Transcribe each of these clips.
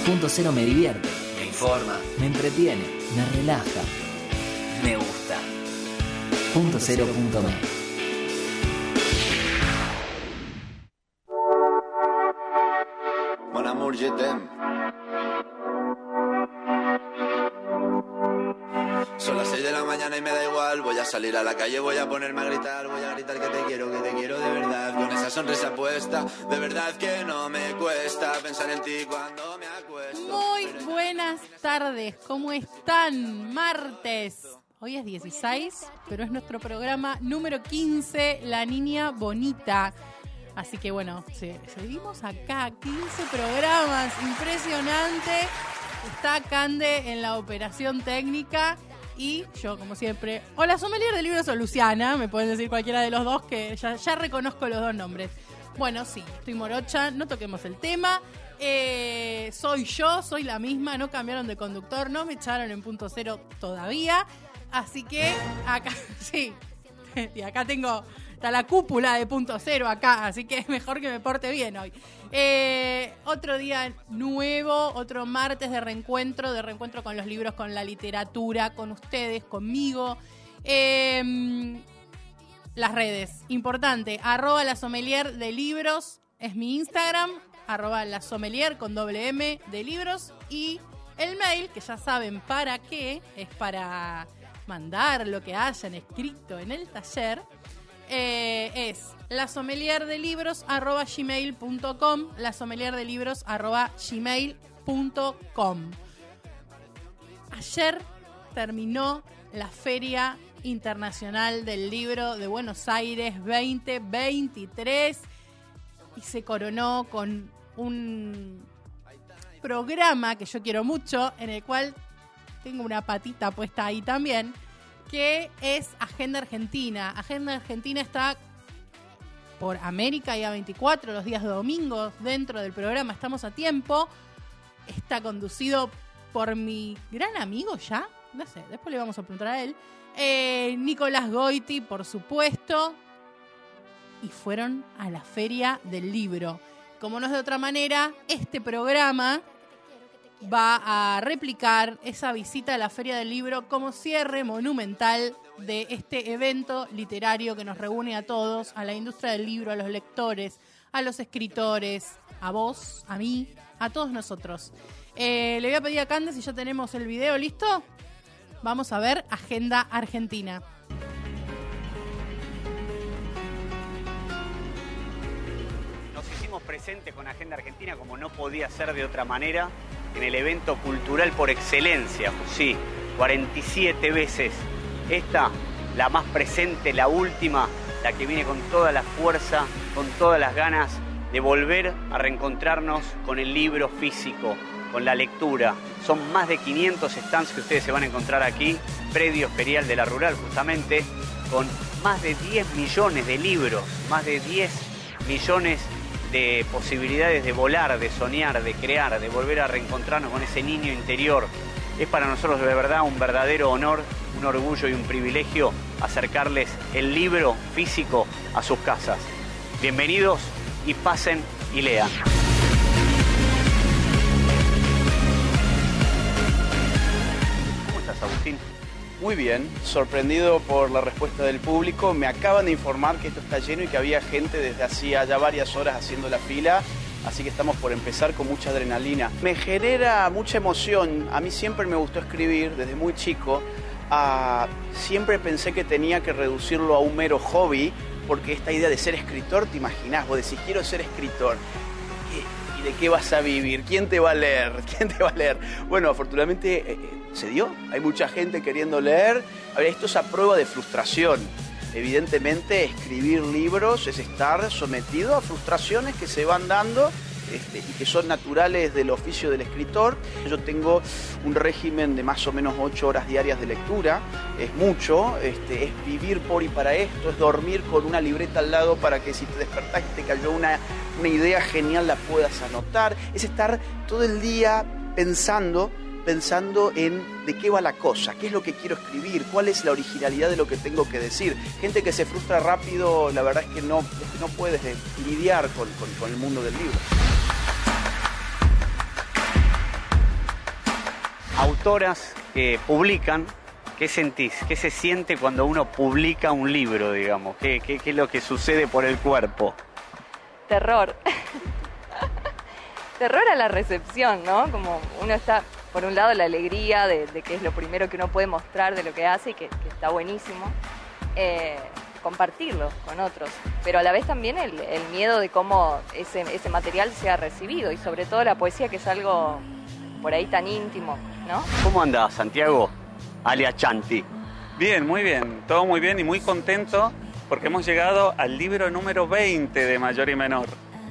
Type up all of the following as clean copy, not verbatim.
Punto Cero me divierte, me informa, me entretiene, me relaja, me gusta. Punto Cero punto me. Mon amour, je t'aime. Son las 6 de la mañana y me da igual. Voy a salir a la calle, voy a ponerme a gritar. Voy a gritar que te quiero de verdad. Con esa sonrisa puesta, de verdad que no me cuesta pensar en ti cuando me acuesto. Muy buenas tardes, ¿cómo están? Martes. Hoy es 16, pero es nuestro programa número 15, La Niña Bonita. Así que bueno, seguimos acá, 15 programas, impresionante. Está Cande en la operación técnica y yo, como siempre, hola, sommelier de libros o Luciana, me pueden decir cualquiera de los dos, que ya reconozco los dos nombres. Bueno, sí, estoy morocha, no toquemos el tema. Soy yo, soy la misma, no cambiaron de conductor, no me echaron en Punto Cero todavía. Así que acá, sí, y acá está la cúpula de Punto Cero acá, así que es mejor que me porte bien hoy. Otro día nuevo, otro martes de reencuentro con los libros, con la literatura, con ustedes, conmigo. Las redes, importante, @la sommelier de libros, es mi Instagram, @la sommelier con doble de libros, y el mail, que ya saben para qué, es para mandar lo que hayan escrito en el taller, es lasommelierdelibros@gmail.com, lasommelierdelibros@gmail.com. Ayer terminó la Feria Internacional del Libro de Buenos Aires 2023 y se coronó con un programa que yo quiero mucho, en el cual tengo una patita puesta ahí también, que es Agenda Argentina. Agenda Argentina está por América y A24 los días domingos dentro del programa Estamos a Tiempo. Está conducido por mi gran amigo ya, no sé, después le vamos a preguntar a él, Nicolás Goiti, por supuesto, y fueron a la Feria del Libro. Como no es de otra manera, este programa va a replicar esa visita a la Feria del Libro como cierre monumental de este evento literario que nos reúne a todos, a la industria del libro, a los lectores, a los escritores, a vos, a mí, a todos nosotros. Le voy a pedir a Cande si ya tenemos el video listo. Vamos a ver Agenda Argentina. Nos hicimos presentes con Agenda Argentina como no podía ser de otra manera en el evento cultural por excelencia, sí, 47 veces. Esta, la más presente, la última, la que viene con toda la fuerza, con todas las ganas de volver a reencontrarnos con el libro físico, con la lectura. Son más de 500 stands que ustedes se van a encontrar aquí, predio ferial de la Rural justamente, con más de 10 millones de libros, más de 10 millones de posibilidades de volar, de soñar, de crear, de volver a reencontrarnos con ese niño interior. Es para nosotros de verdad un verdadero honor, un orgullo y un privilegio acercarles el libro físico a sus casas. Bienvenidos y pasen y lean. ¿Cómo estás, Agustín? Muy bien, sorprendido por la respuesta del público. Me acaban de informar que esto está lleno y que había gente desde hacía ya varias horas haciendo la fila, así que estamos por empezar con mucha adrenalina. Me genera mucha emoción. A mí siempre me gustó escribir desde muy chico. Siempre pensé que tenía que reducirlo a un mero hobby, porque esta idea de ser escritor, te imaginás, vos decís, quiero ser escritor. ¿Y de qué vas a vivir? ¿Quién te va a leer? ¿Quién te va a leer? Bueno, afortunadamente se dio. Hay mucha gente queriendo leer. A ver, esto es a prueba de frustración. Evidentemente, escribir libros es estar sometido a frustraciones que se van dando y que son naturales del oficio del escritor. Yo tengo un régimen de más o menos 8 horas diarias de lectura. Es mucho, es vivir por y para esto, es dormir con una libreta al lado para que si te despertás y te cayó una idea genial la puedas anotar. Es estar todo el día pensando en de qué va la cosa, qué es lo que quiero escribir, cuál es la originalidad de lo que tengo que decir. Gente que se frustra rápido, la verdad es que no puedes lidiar con el mundo del libro. autoras que publican. ¿Qué sentís? ¿Qué se siente cuando uno publica un libro, digamos? ¿Qué es lo que sucede por el cuerpo? Terror. Terror a la recepción, ¿no? Como uno está, por un lado, la alegría de que es lo primero que uno puede mostrar de lo que hace y que está buenísimo. Compartirlo con otros. Pero a la vez también el miedo de cómo ese material sea recibido y sobre todo la poesía, que es algo por ahí tan íntimo, ¿no? ¿Cómo andás, Santiago? Alias Chanti. Bien, muy bien, todo muy bien y muy contento porque hemos llegado al libro número 20 de Mayor y Menor.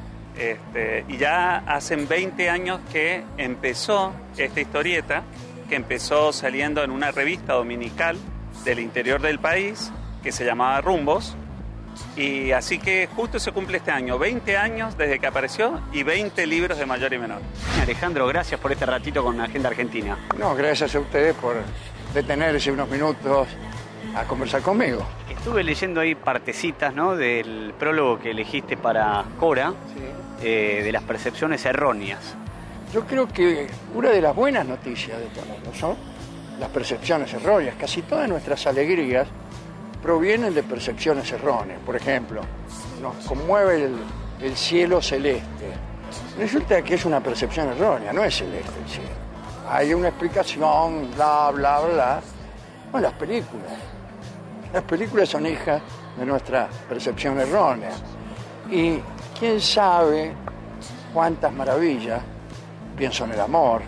Y ya hace 20 años que empezó esta historieta, que empezó saliendo en una revista dominical del interior del país que se llamaba Rumbos. Y así que justo se cumple este año, 20 años desde que apareció y 20 libros de Mayor y Menor. Alejandro, gracias por este ratito con Agenda Argentina. No, gracias a ustedes por detenerse unos minutos a conversar conmigo. Estuve leyendo ahí partecitas, ¿no?, del prólogo que elegiste para Cora, Sí. De las percepciones erróneas. Yo creo que una de las buenas noticias de este mundo son las percepciones erróneas. Casi todas nuestras alegrías provienen de percepciones erróneas. Por ejemplo, nos conmueve el cielo celeste. Resulta que es una percepción errónea, no es celeste el cielo. Hay una explicación, bla, bla, bla. Bueno, las películas son hijas de nuestra percepción errónea. Y quién sabe cuántas maravillas, pienso en el amor,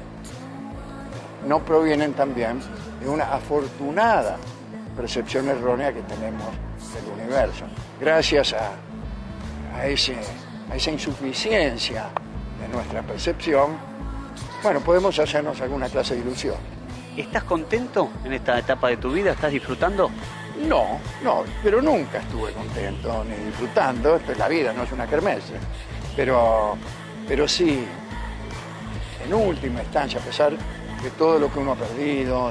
no provienen también de una afortunada percepción errónea que tenemos del universo. Gracias a esa insuficiencia de nuestra percepción, bueno, podemos hacernos alguna clase de ilusión. ¿Estás contento en esta etapa de tu vida? ¿Estás disfrutando? No, pero nunca estuve contento ni disfrutando. Esto es la vida, no es una kermés. Pero sí, en última instancia, a pesar de todo lo que uno ha perdido,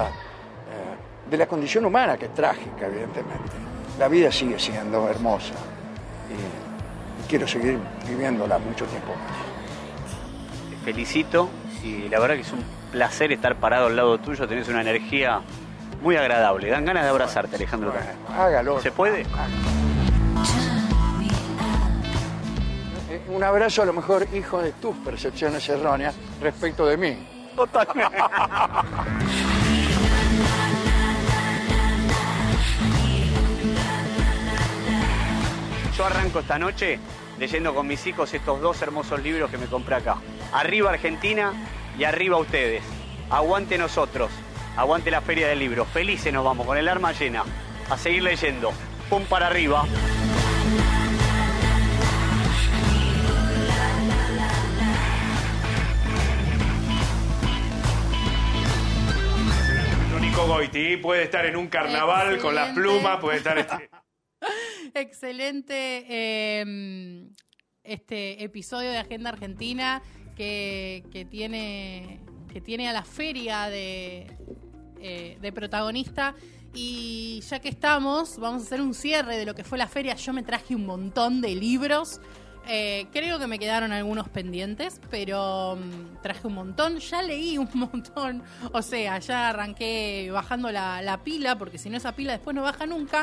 de la condición humana, que es trágica, evidentemente, la vida sigue siendo hermosa y quiero seguir viviéndola mucho tiempo más. Te felicito y la verdad que es un placer estar parado al lado tuyo. Tenés una energía muy agradable. Dan ganas de abrazarte, Alejandro. Bueno, hágalo. ¿Se puede? Un abrazo, a lo mejor, hijo de tus percepciones erróneas respecto de mí. Totalmente. Yo arranco esta noche leyendo con mis hijos estos dos hermosos libros que me compré acá. Arriba Argentina y arriba ustedes. Aguante nosotros. Aguante la Feria del Libro. Felices nos vamos, con el alma llena. A seguir leyendo. Pum para arriba. Nico Goiti puede estar en un carnaval con las plumas, puede estar... Excelente este episodio de Agenda Argentina que tiene a la feria de protagonista. Y ya que estamos, vamos a hacer un cierre de lo que fue la feria. Yo me traje un montón de libros. Creo que me quedaron algunos pendientes, pero traje un montón. Ya leí un montón. O sea, ya arranqué bajando la pila, porque si no esa pila después no baja nunca.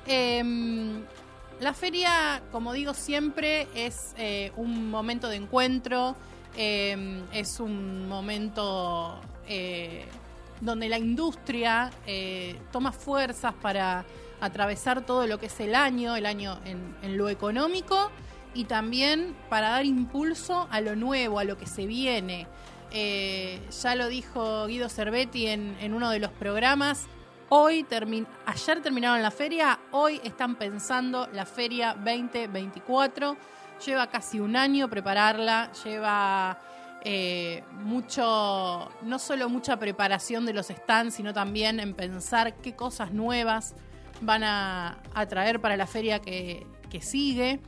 La feria, como digo siempre, es un momento de encuentro. Es un momento donde la industria toma fuerzas para atravesar todo lo que es el año en lo económico y también para dar impulso a lo nuevo, a lo que se viene. Ya lo dijo Guido Cervetti en uno de los programas. Ayer terminaron la feria, hoy están pensando la feria 2024. Lleva casi un año prepararla, lleva no solo mucha preparación de los stands, sino también en pensar qué cosas nuevas van a traer para la feria que sigue.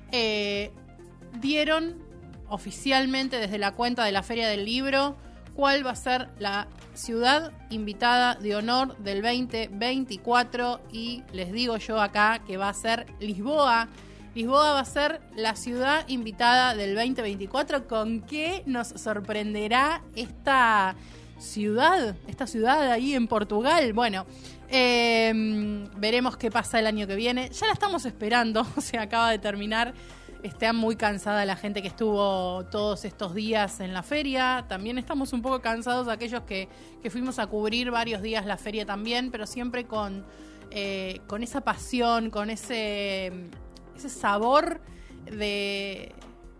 Dieron oficialmente desde la cuenta de la Feria del Libro cuál va a ser la ciudad invitada de honor del 2024 y les digo yo acá que va a ser Lisboa. Lisboa va a ser la ciudad invitada del 2024. ¿Con qué nos sorprenderá esta ciudad, esta ciudad ahí en Portugal. Bueno, veremos qué pasa el año que viene. Ya la estamos esperando, o sea, acaba de terminar. Está muy cansada la gente que estuvo todos estos días en la feria. También estamos un poco cansados aquellos que fuimos a cubrir varios días la feria también, pero siempre con esa pasión, con ese sabor de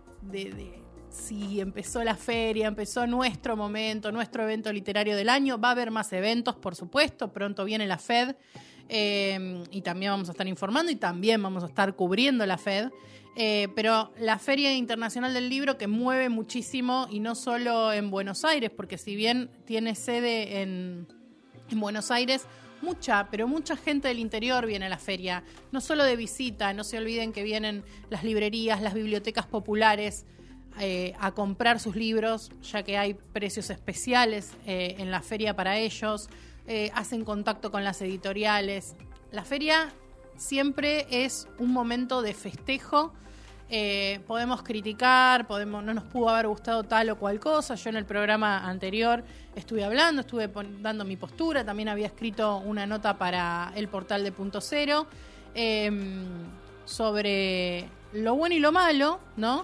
si empezó la feria, empezó nuestro momento, nuestro evento literario del año. Va a haber más eventos, por supuesto. Pronto viene la FED y también vamos a estar informando y también vamos a estar cubriendo la FED. Pero la Feria Internacional del Libro, que mueve muchísimo, y no solo en Buenos Aires, porque si bien tiene sede en Buenos Aires, mucha gente del interior viene a la feria, no solo de visita. No se olviden que vienen las librerías, las bibliotecas populares a comprar sus libros, ya que hay precios especiales en la feria para ellos. Hacen contacto con las editoriales. La feria siempre es un momento de festejo. Podemos criticar, no nos pudo haber gustado tal o cual cosa. Yo en el programa anterior estuve dando mi postura. También había escrito una nota para el portal de Punto Cero sobre lo bueno y lo malo, ¿no?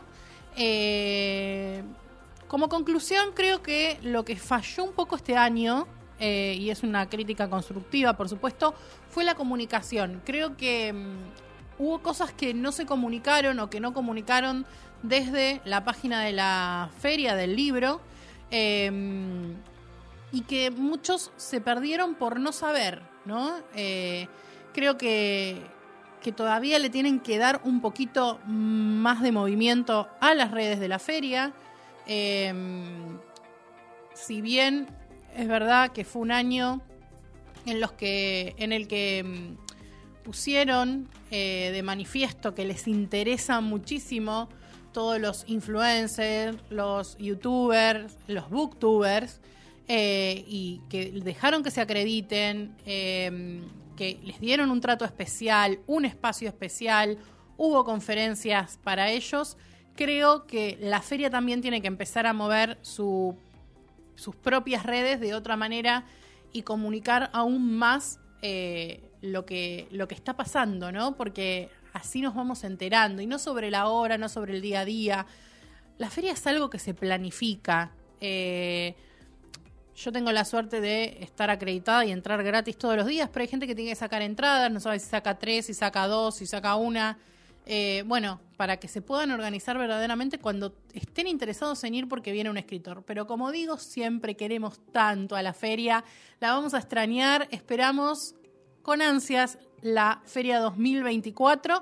Como conclusión, creo que lo que falló un poco este año, y es una crítica constructiva, por supuesto, fue la comunicación. Creo que hubo cosas que no se comunicaron o que no comunicaron desde la página de la Feria del Libro, y que muchos se perdieron por no saber, ¿no? Creo que todavía le tienen que dar un poquito más de movimiento a las redes de la feria. Si bien es verdad que fue un año en el que pusieron de manifiesto que les interesa muchísimo todos los influencers, los youtubers, los booktubers, y que dejaron que se acrediten, que les dieron un trato especial, un espacio especial, hubo conferencias para ellos. Creo que la feria también tiene que empezar a mover sus propias redes de otra manera y comunicar aún más lo que está pasando, ¿no? Porque así nos vamos enterando, y no sobre la hora, no sobre el día a día. La feria es algo que se planifica. Yo tengo la suerte de estar acreditada y entrar gratis todos los días, pero hay gente que tiene que sacar entradas, no sabe si saca 3, si saca 2, si saca 1. Bueno, para que se puedan organizar verdaderamente cuando estén interesados en ir porque viene un escritor. Pero como digo, siempre queremos tanto a la feria, la vamos a extrañar, esperamos con ansias la Feria 2024.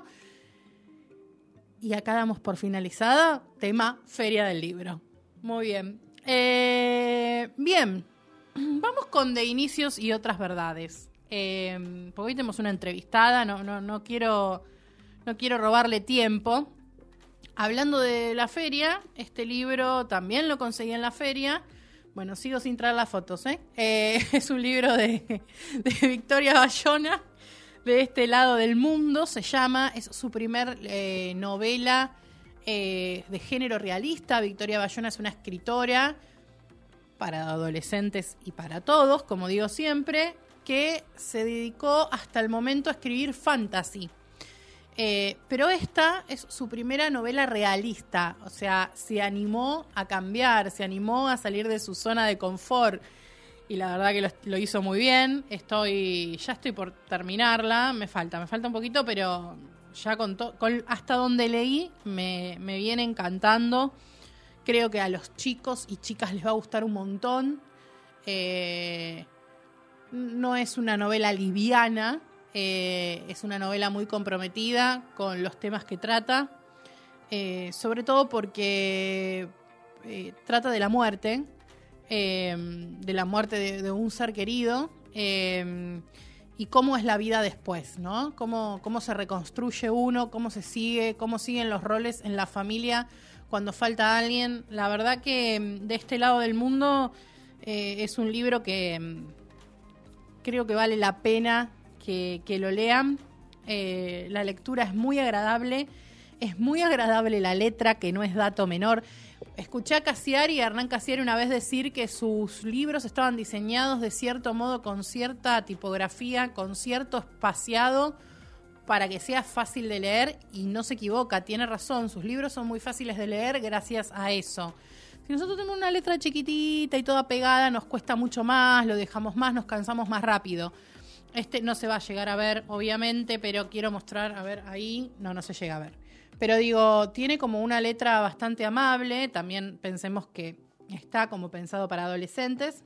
Y acá damos por finalizada tema Feria del Libro. Muy bien. Bien, vamos con de inicios y otras verdades. Porque hoy tenemos una entrevistada, no quiero robarle tiempo. Hablando de la feria, este libro también lo conseguí en la feria. Bueno, sigo sin traer las fotos, es un libro de Victoria Bayona, De este lado del mundo se llama. Es su primer novela de género realista. Victoria Bayona es una escritora para adolescentes y para todos, como digo siempre, que se dedicó hasta el momento a escribir fantasy. Pero esta es su primera novela realista, o sea, se animó a cambiar, se animó a salir de su zona de confort y la verdad que lo hizo muy bien. Ya estoy por terminarla, me falta un poquito, pero ya hasta donde leí me viene encantando. Creo que a los chicos y chicas les va a gustar un montón. No es una novela liviana. Es una novela muy comprometida con los temas que trata, sobre todo porque trata de la muerte, de un ser querido, y cómo es la vida después, ¿no? Cómo se reconstruye uno, cómo siguen los roles en la familia cuando falta alguien. La verdad que de este lado del mundo es un libro que creo que vale la pena que lo lean. La lectura es muy agradable la letra, que no es dato menor. Escuché a Cassiari, a Hernán Cassiari, una vez decir que sus libros estaban diseñados de cierto modo, con cierta tipografía, con cierto espaciado, para que sea fácil de leer, y no se equivoca, tiene razón, sus libros son muy fáciles de leer gracias a eso. Si nosotros tenemos una letra chiquitita y toda pegada, nos cuesta mucho más, lo dejamos más, nos cansamos más rápido. Este no se va a llegar a ver, obviamente, pero quiero mostrar, a ver, ahí, no se llega a ver. Pero digo, tiene como una letra bastante amable, también pensemos que está como pensado para adolescentes,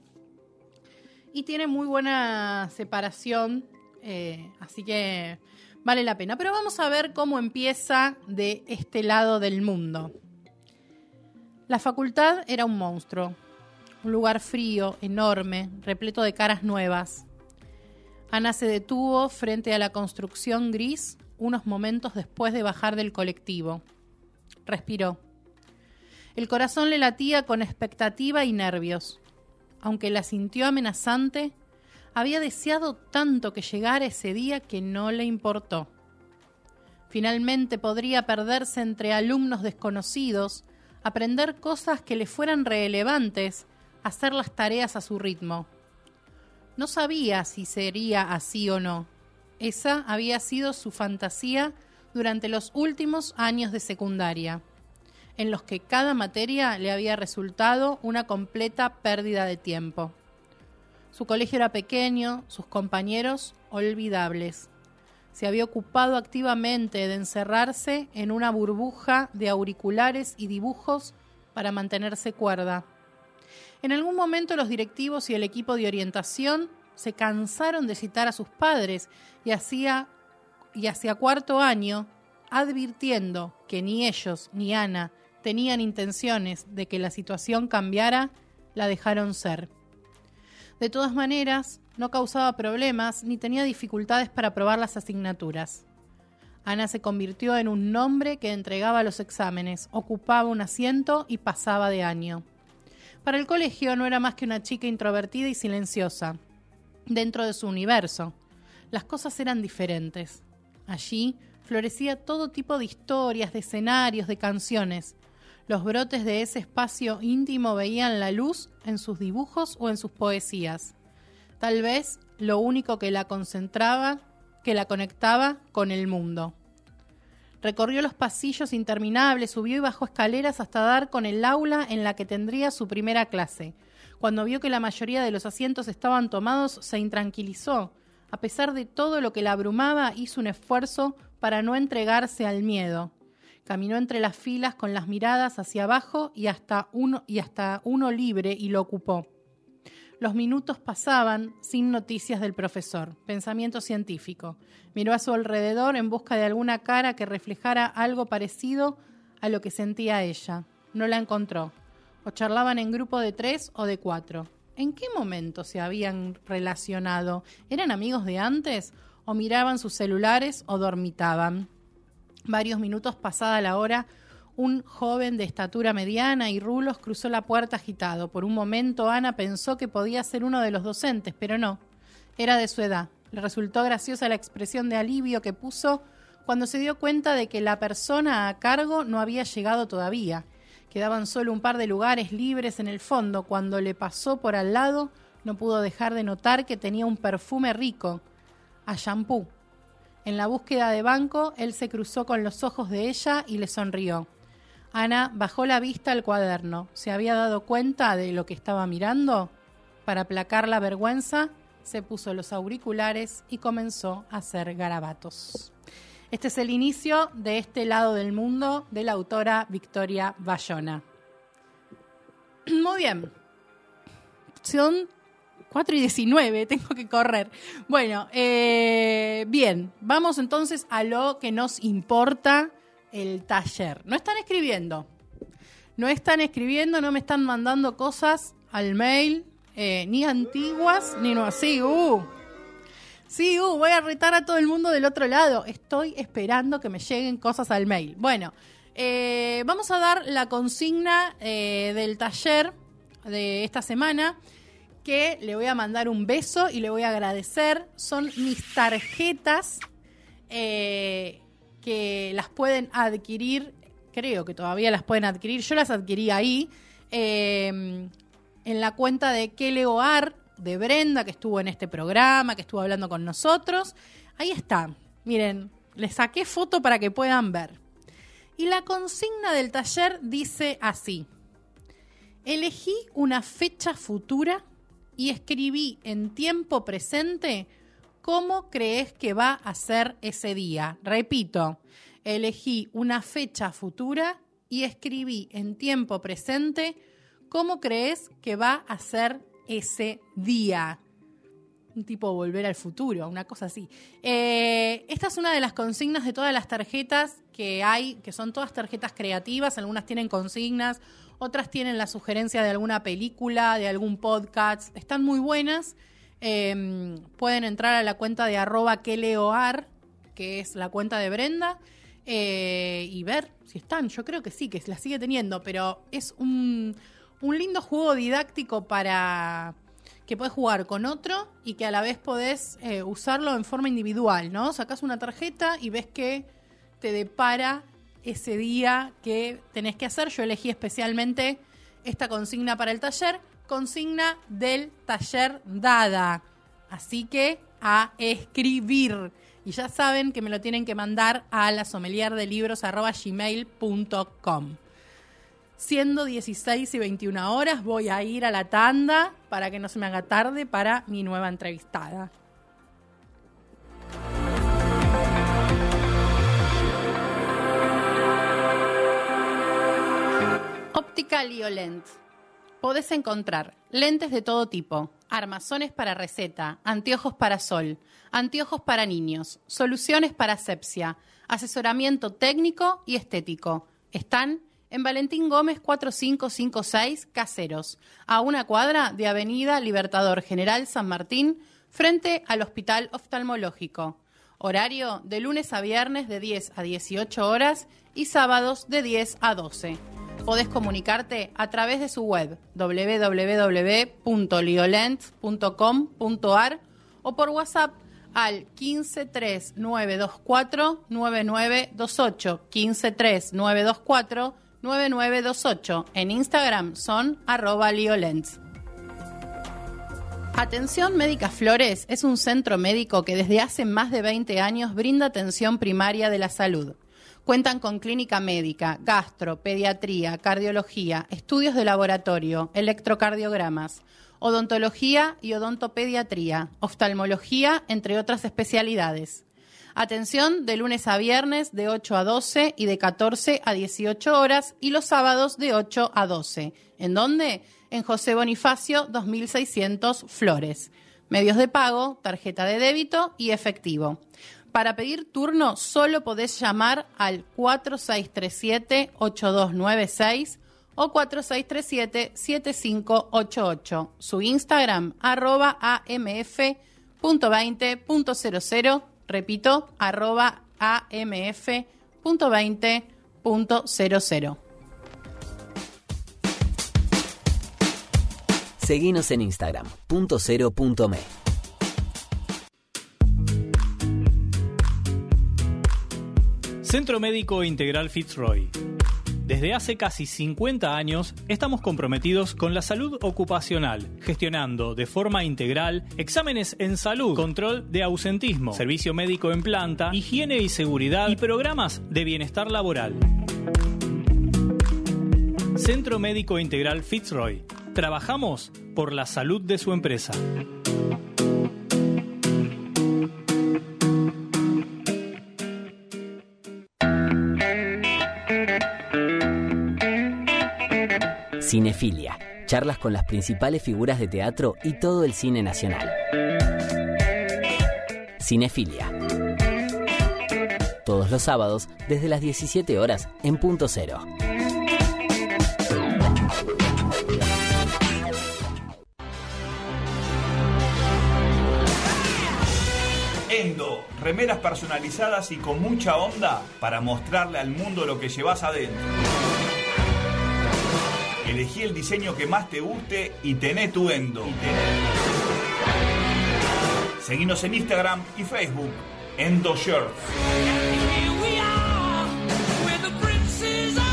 y tiene muy buena separación, así que vale la pena. Pero vamos a ver cómo empieza de este lado del mundo. La facultad era un monstruo, un lugar frío, enorme, repleto de caras nuevas. Ana se detuvo frente a la construcción gris unos momentos después de bajar del colectivo. Respiró. El corazón le latía con expectativa y nervios. Aunque la sintió amenazante, había deseado tanto que llegara ese día que no le importó. Finalmente podría perderse entre alumnos desconocidos, aprender cosas que le fueran relevantes, hacer las tareas a su ritmo. No sabía si sería así o no. Esa había sido su fantasía durante los últimos años de secundaria, en los que cada materia le había resultado una completa pérdida de tiempo. Su colegio era pequeño, sus compañeros olvidables. Se había ocupado activamente de encerrarse en una burbuja de auriculares y dibujos para mantenerse cuerda. En algún momento los directivos y el equipo de orientación se cansaron de citar a sus padres y hacia cuarto año, advirtiendo que ni ellos ni Ana tenían intenciones de que la situación cambiara, la dejaron ser. De todas maneras, no causaba problemas ni tenía dificultades para aprobar las asignaturas. Ana se convirtió en un nombre que entregaba los exámenes, ocupaba un asiento y pasaba de año. Para el colegio no era más que una chica introvertida y silenciosa. Dentro de su universo, las cosas eran diferentes. Allí florecía todo tipo de historias, de escenarios, de canciones. Los brotes de ese espacio íntimo veían la luz en sus dibujos o en sus poesías. Tal vez lo único que la conectaba con el mundo. Recorrió los pasillos interminables, subió y bajó escaleras hasta dar con el aula en la que tendría su primera clase. Cuando vio que la mayoría de los asientos estaban tomados, se intranquilizó. A pesar de todo lo que la abrumaba, hizo un esfuerzo para no entregarse al miedo. Caminó entre las filas con las miradas hacia abajo y hasta uno libre y lo ocupó. Los minutos pasaban sin noticias del profesor. Pensamiento científico. Miró a su alrededor en busca de alguna cara que reflejara algo parecido a lo que sentía ella. No la encontró. O charlaban en grupo de 3 o de 4. ¿En qué momento se habían relacionado? ¿Eran amigos de antes? ¿O miraban sus celulares o dormitaban? Varios minutos pasada la hora, un joven de estatura mediana y rulos cruzó la puerta agitado. Por un momento Ana pensó que podía ser uno de los docentes, pero no. Era de su edad. Le resultó graciosa la expresión de alivio que puso cuando se dio cuenta de que la persona a cargo no había llegado todavía. Quedaban solo un par de lugares libres en el fondo. Cuando le pasó por al lado, no pudo dejar de notar que tenía un perfume rico, a shampoo. En la búsqueda de banco, él se cruzó con los ojos de ella y le sonrió. Ana bajó la vista al cuaderno. ¿Se había dado cuenta de lo que estaba mirando? Para aplacar la vergüenza, se puso los auriculares y comenzó a hacer garabatos. Este es el inicio de este lado del mundo de la autora Victoria Bayona. Muy bien. Son 4:19, tengo que correr. Bueno, bien, vamos entonces a lo que nos importa, el taller. No están escribiendo, no me están mandando cosas al mail, ni antiguas, ni nuevas. Sí, voy a retar a todo el mundo del otro lado. Estoy esperando que me lleguen cosas al mail. Bueno, vamos a dar la consigna del taller de esta semana, que le voy a mandar un beso y le voy a agradecer. Son mis tarjetas que las pueden adquirir creo que todavía las pueden adquirir, yo las adquirí ahí, en la cuenta de Que Leo Art, de Brenda, que estuvo en este programa, que estuvo hablando con nosotros. Ahí está, miren, les saqué foto para que puedan ver. Y la consigna del taller dice así: elegí una fecha futura y escribí en tiempo presente cómo crees que va a ser ese día. Repito, elegí una fecha futura y escribí en tiempo presente cómo crees que va a ser ese día. Un tipo Volver al Futuro, una cosa así. Esta es una de las consignas de todas las tarjetas que hay, que son todas tarjetas creativas. Algunas tienen consignas, otras tienen la sugerencia de alguna película, de algún podcast. Están muy buenas. Pueden entrar a la cuenta de @queleoar, que es la cuenta de Brenda, y ver si están. Yo creo que sí, que la sigue teniendo, pero es un lindo juego didáctico para que podés jugar con otro y que a la vez podés usarlo en forma individual, ¿no? Sacás una tarjeta y ves que te depara ese día que tenés que hacer. Yo elegí especialmente esta consigna para el taller, consigna del taller dada. Así que a escribir. Y ya saben que me lo tienen que mandar a lasommelierdelibros@gmail.com. Siendo 16 y 21 horas, voy a ir a la tanda para que no se me haga tarde para mi nueva entrevistada. Óptica Liolent. Podés encontrar lentes de todo tipo, armazones para receta, anteojos para sol, anteojos para niños, soluciones para asepsia, asesoramiento técnico y estético. Están en Valentín Gómez 4556 Caseros, a una cuadra de Avenida Libertador General San Martín, frente al Hospital Oftalmológico. Horario de lunes a viernes de 10 a 18 horas y sábados de 10 a 12. Podés comunicarte a través de su web www.liolent.com.ar o por WhatsApp al 1539249928, 1539249928. En Instagram son @liolents. Atención Médica Flores es un centro médico que desde hace más de 20 años brinda atención primaria de la salud. Cuentan con clínica médica, gastro, pediatría, cardiología, estudios de laboratorio, electrocardiogramas, odontología y odontopediatría, oftalmología, entre otras especialidades. Atención de lunes a viernes de 8 a 12 y de 14 a 18 horas y los sábados de 8 a 12. ¿En dónde? En José Bonifacio 2600 Flores. Medios de pago, tarjeta de débito y efectivo. Para pedir turno solo podés llamar al 4637-8296 o 4637-7588. Su Instagram, @amf.20.00. Repito, @amf.20.00. Seguinos en Instagram, @0.me. Centro Médico Integral Fitzroy. Desde hace casi 50 años estamos comprometidos con la salud ocupacional, gestionando de forma integral exámenes en salud, control de ausentismo, servicio médico en planta, higiene y seguridad y programas de bienestar laboral. Centro Médico Integral Fitzroy. Trabajamos por la salud de su empresa. Cinefilia. Charlas con las principales figuras de teatro y todo el cine nacional. Cinefilia. Todos los sábados desde las 17 horas en Punto Cero. Endo, remeras personalizadas y con mucha onda para mostrarle al mundo lo que llevas adentro. Elegí el diseño que más te guste y tené tu Endo. Seguinos en Instagram y Facebook, Endo Shirts.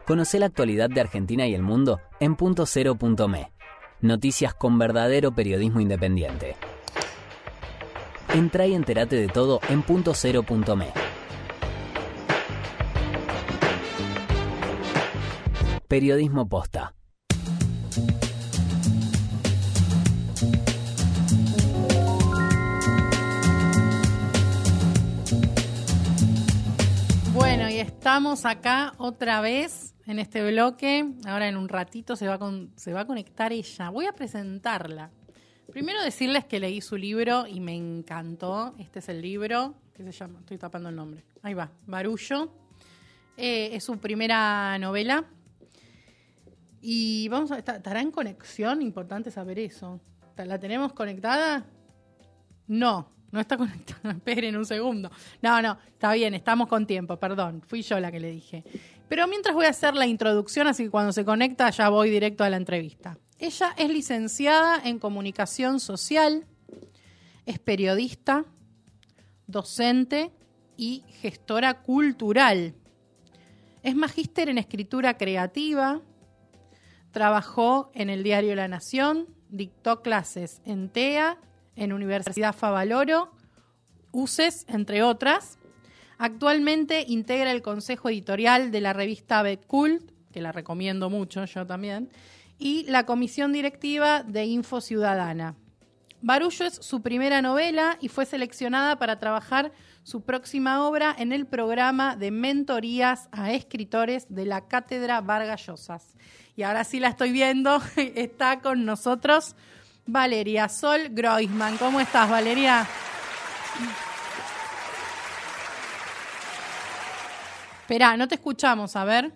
Conocé la actualidad de Argentina y el mundo en .0.me. Noticias con verdadero periodismo independiente. Entrá y entérate de todo en .0.me. Periodismo posta. Bueno, y estamos acá otra vez en este bloque. Ahora en un ratito se va a conectar ella. Voy a presentarla. Primero decirles que leí su libro y me encantó. Este es el libro, ¿qué se llama? Estoy tapando el nombre. Ahí va, Barullo. Es su primera novela. Y vamos a ¿estará en conexión? Importante saber eso. ¿La tenemos conectada? No está conectada. Esperen un segundo. No, está bien, estamos con tiempo, perdón. Fui yo la que le dije. Pero mientras voy a hacer la introducción, así que cuando se conecta ya voy directo a la entrevista. Ella es licenciada en Comunicación Social, es periodista, docente y gestora cultural. Es magíster en Escritura Creativa. Trabajó en el diario La Nación, dictó clases en TEA, en Universidad Favaloro, UCES, entre otras. Actualmente integra el consejo editorial de la revista Betcult, que la recomiendo mucho, yo también, y la comisión directiva de Info Ciudadana. Barullo es su primera novela y fue seleccionada para trabajar su próxima obra en el programa de mentorías a escritores de la Cátedra Vargas Llosas. Y ahora sí la estoy viendo, está con nosotros Valeria Sol Groisman. ¿Cómo estás, Valeria? Esperá, no te escuchamos, a ver.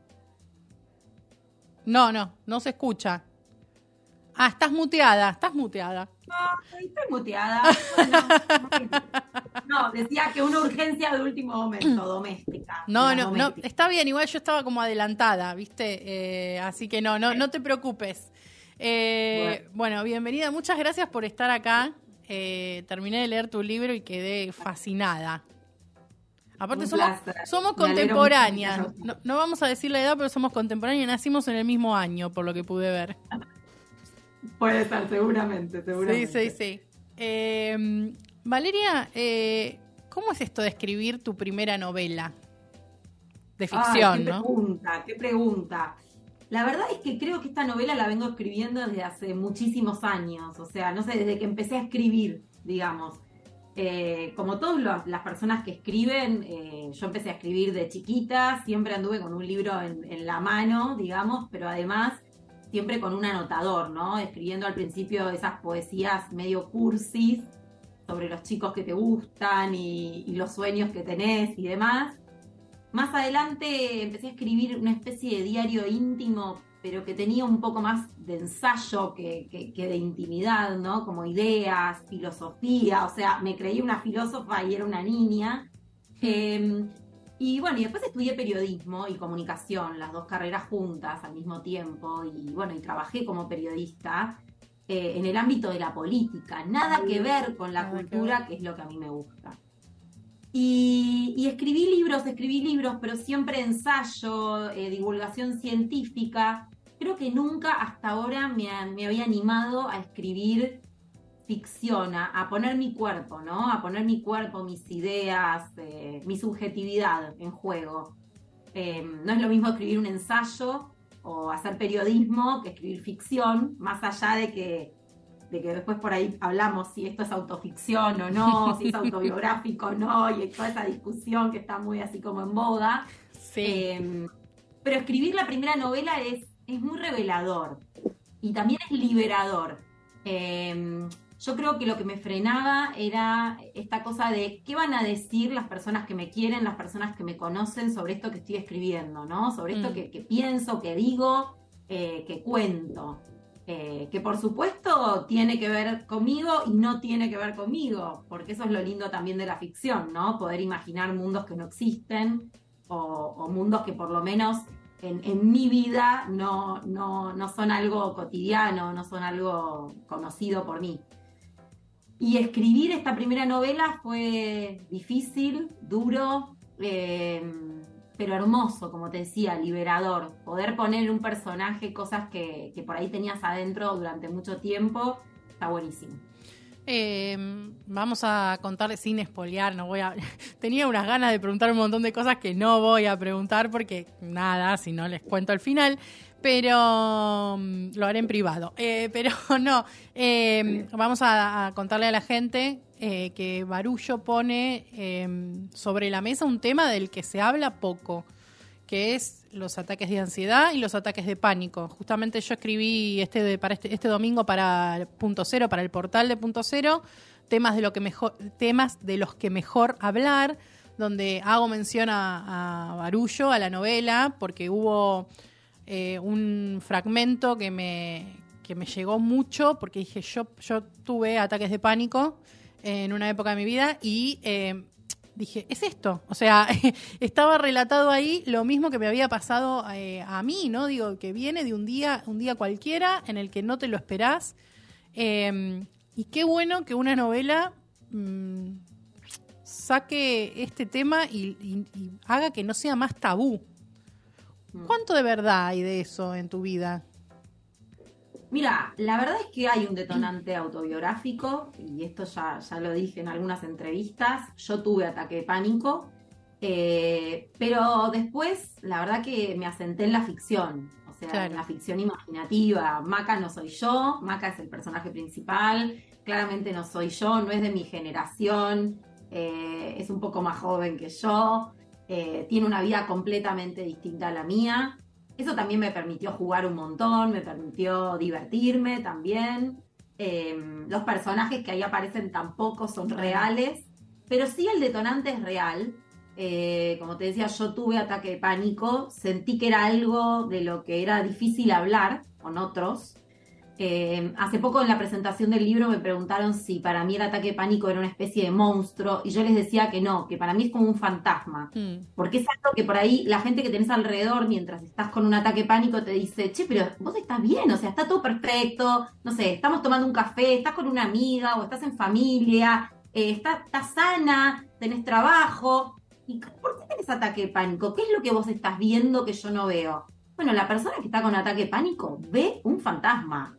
No se escucha. Ah, estás muteada. No, estoy muteada. Bueno, no, decía que una urgencia de último momento, doméstica. No, está bien, igual yo estaba como adelantada, ¿viste? Así que no te preocupes. Bueno, bienvenida, muchas gracias por estar acá. Terminé de leer tu libro y quedé fascinada. Aparte somos contemporáneas. No vamos a decir la edad, pero somos contemporáneas. Nacimos en el mismo año, por lo que pude ver. Puede ser, seguramente. Sí. Valeria, ¿cómo es esto de escribir tu primera novela? De ficción, ¿no? Qué pregunta. La verdad es que creo que esta novela la vengo escribiendo desde hace muchísimos años. O sea, no sé, desde que empecé a escribir, digamos. Como todas las personas que escriben, yo empecé a escribir de chiquita, siempre anduve con un libro en la mano, digamos, pero además siempre con un anotador, ¿no? Escribiendo al principio esas poesías medio cursis sobre los chicos que te gustan y los sueños que tenés y demás. Más adelante empecé a escribir una especie de diario íntimo, pero que tenía un poco más de ensayo que de intimidad, ¿no? Como ideas, filosofía, o sea, me creí una filósofa y era una niña. Y bueno, y después estudié periodismo y comunicación, las dos carreras juntas al mismo tiempo, y bueno, y trabajé como periodista en el ámbito de la política, nada que ver con la cultura, que es lo que a mí me gusta. Y escribí libros, pero siempre ensayo, divulgación científica. Creo que nunca hasta ahora me había animado a escribir ficción, a poner mi cuerpo, ¿no? A poner mi cuerpo, mis ideas, mi subjetividad en juego. No es lo mismo escribir un ensayo o hacer periodismo que escribir ficción, más allá de que después por ahí hablamos si esto es autoficción o no, si es autobiográfico o no, y toda esa discusión que está muy así como en boga. Sí. Pero escribir la primera novela es muy revelador y también es liberador. Yo creo que lo que me frenaba era esta cosa de qué van a decir las personas que me quieren, las personas que me conocen sobre esto que estoy escribiendo, ¿no? Sobre esto que pienso, que digo, que cuento. Que por supuesto tiene que ver conmigo y no tiene que ver conmigo, porque eso es lo lindo también de la ficción, ¿no? Poder imaginar mundos que no existen o mundos que por lo menos en mi vida no son algo cotidiano, no son algo conocido por mí. Y escribir esta primera novela fue difícil, duro, pero hermoso, como te decía, liberador. Poder poner en un personaje cosas que por ahí tenías adentro durante mucho tiempo, está buenísimo. Vamos a contarle sin spoilear, no voy a... Tenía unas ganas de preguntar un montón de cosas que no voy a preguntar porque nada, si no les cuento al final, pero lo haré en privado. Pero no, vamos a contarle a la gente que Barullo pone sobre la mesa un tema del que se habla poco, que es los ataques de ansiedad y los ataques de pánico. Justamente yo escribí este domingo para Punto Cero, para el portal de Punto Cero, temas de los que mejor hablar, donde hago mención a Barullo, a la novela, porque hubo un fragmento que me llegó mucho, porque dije, yo tuve ataques de pánico en una época de mi vida y dije, es esto. O sea, estaba relatado ahí lo mismo que me había pasado a mí, ¿no? Digo, que viene de un día cualquiera en el que no te lo esperás. Y qué bueno que una novela saque este tema y haga que no sea más tabú. ¿Cuánto de verdad hay de eso en tu vida? Mira, la verdad es que hay un detonante autobiográfico, y esto ya lo dije en algunas entrevistas. Yo tuve ataque de pánico, pero después la verdad que me asenté en la ficción, o sea, claro, en la ficción imaginativa. Maca no soy yo, Maca es el personaje principal, claramente no soy yo, no es de mi generación, es un poco más joven que yo, tiene una vida completamente distinta a la mía. Eso también me permitió jugar un montón, me permitió divertirme también. Los personajes que ahí aparecen tampoco son reales, pero sí el detonante es real. Como te decía, yo tuve ataque de pánico, sentí que era algo de lo que era difícil hablar con otros. Hace poco en la presentación del libro me preguntaron si para mí el ataque de pánico era una especie de monstruo, y yo les decía que no, que para mí es como un fantasma, porque es algo que por ahí la gente que tenés alrededor mientras estás con un ataque de pánico te dice, che, pero vos estás bien, o sea, está todo perfecto, no sé, estamos tomando un café, estás con una amiga o estás en familia, estás sana, tenés trabajo, ¿y por qué tenés ataque de pánico? ¿Qué es lo que vos estás viendo que yo no veo? Bueno, la persona que está con ataque de pánico ve un fantasma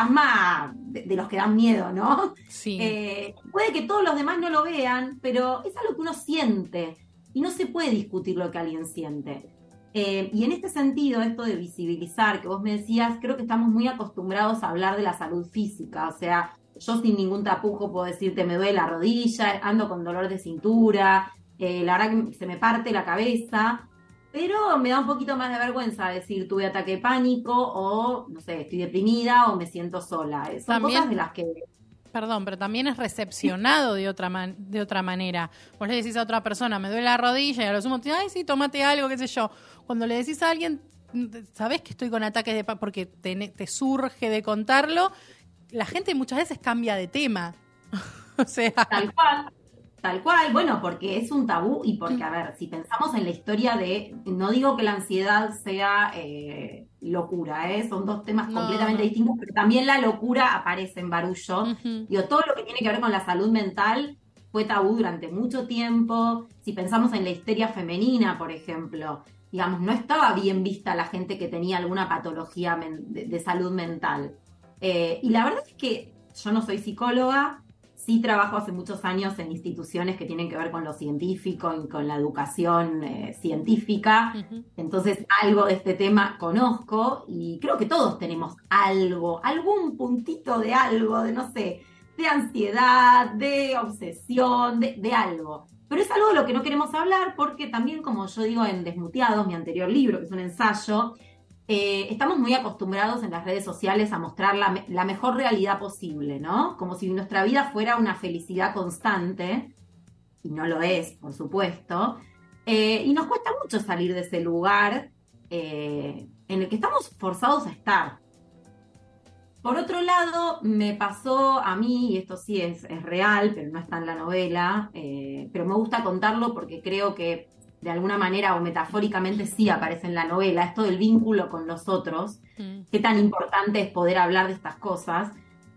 de los que dan miedo, ¿no? Sí. Puede que todos los demás no lo vean, pero es algo que uno siente y no se puede discutir lo que alguien siente. Y en este sentido, esto de visibilizar, que vos me decías, creo que estamos muy acostumbrados a hablar de la salud física, o sea, yo sin ningún tapujo puedo decirte me duele la rodilla, ando con dolor de cintura, la verdad que se me parte la cabeza. Pero me da un poquito más de vergüenza decir tuve ataque de pánico o, no sé, estoy deprimida o me siento sola. Son también, cosas de las que... Perdón, pero también es recepcionado de otra manera. Vos le decís a otra persona, me duele la rodilla, y a lo sumo te dicen, ay, sí, tómate algo, qué sé yo. Cuando le decís a alguien, sabés que estoy con ataques de pánico porque te surge de contarlo, la gente muchas veces cambia de tema. O sea... Tal cual, bueno, porque es un tabú y porque, a ver, si pensamos en la historia no digo que la ansiedad sea locura, son dos temas completamente distintos, pero también la locura aparece en Barullo. Digo, todo lo que tiene que ver con la salud mental fue tabú durante mucho tiempo. Si pensamos en la histeria femenina, por ejemplo, digamos, no estaba bien vista la gente que tenía alguna patología de salud mental. Y la verdad es que yo no soy psicóloga. Sí trabajo hace muchos años en instituciones que tienen que ver con lo científico y con la educación científica. Entonces, algo de este tema conozco y creo que todos tenemos algún puntito de algo, de no sé, de ansiedad, de obsesión, de algo. Pero es algo de lo que no queremos hablar porque también, como yo digo en Desmuteados, mi anterior libro, que es un ensayo, estamos muy acostumbrados en las redes sociales a mostrar la mejor realidad posible, ¿no? Como si nuestra vida fuera una felicidad constante, y no lo es, por supuesto, y nos cuesta mucho salir de ese lugar en el que estamos forzados a estar. Por otro lado, me pasó a mí, y esto sí es real, pero no está en la novela, pero me gusta contarlo porque creo que de alguna manera o metafóricamente sí aparece en la novela, esto del vínculo con los otros, qué tan importante es poder hablar de estas cosas.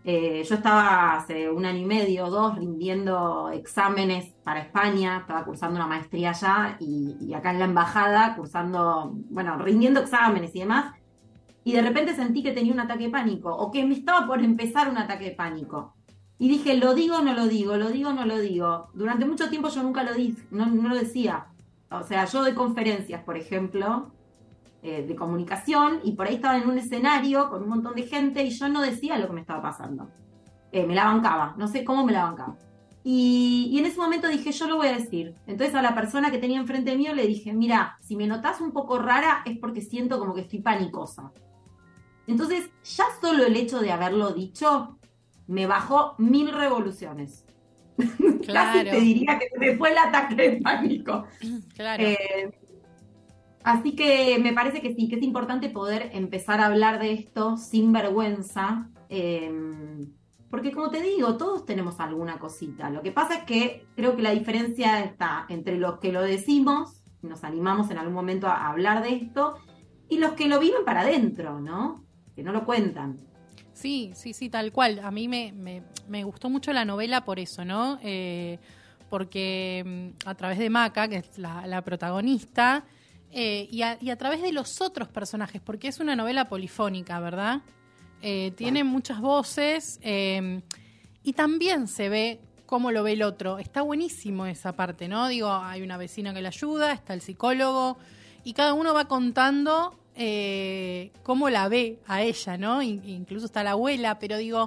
Yo estaba hace 1 año y medio, 2, rindiendo exámenes para España, estaba cursando una maestría allá y acá en la embajada rindiendo exámenes y demás, y de repente sentí que tenía un ataque de pánico, o que me estaba por empezar un ataque de pánico. Y dije, ¿lo digo o no lo digo? ¿Lo digo o no lo digo? Durante mucho tiempo yo nunca lo dije, no lo decía. O sea, yo doy conferencias, por ejemplo, de comunicación, y por ahí estaba en un escenario con un montón de gente y yo no decía lo que me estaba pasando. Me la bancaba, no sé cómo me la bancaba. Y en ese momento dije, yo lo voy a decir. Entonces a la persona que tenía enfrente mío le dije, mira, si me notás un poco rara es porque siento como que estoy panicosa. Entonces, ya solo el hecho de haberlo dicho me bajó 1000 revoluciones. Claro. Casi te diría que me fue el ataque de pánico. Claro. Así que me parece que sí, que es importante poder empezar a hablar de esto sin vergüenza, porque como te digo, todos tenemos alguna cosita. Lo que pasa es que creo que la diferencia está entre los que lo decimos, nos animamos en algún momento a hablar de esto, y los que lo viven para adentro, ¿no? Que no lo cuentan. Sí, tal cual. A mí me gustó mucho la novela por eso, ¿no? Porque a través de Maca, que es la protagonista, y a través de los otros personajes, porque es una novela polifónica, ¿verdad? Tiene muchas voces y también se ve cómo lo ve el otro. Está buenísimo esa parte, ¿no? Digo, hay una vecina que le ayuda, está el psicólogo, y cada uno va contando cómo la ve a ella, ¿no? Incluso está la abuela, pero digo,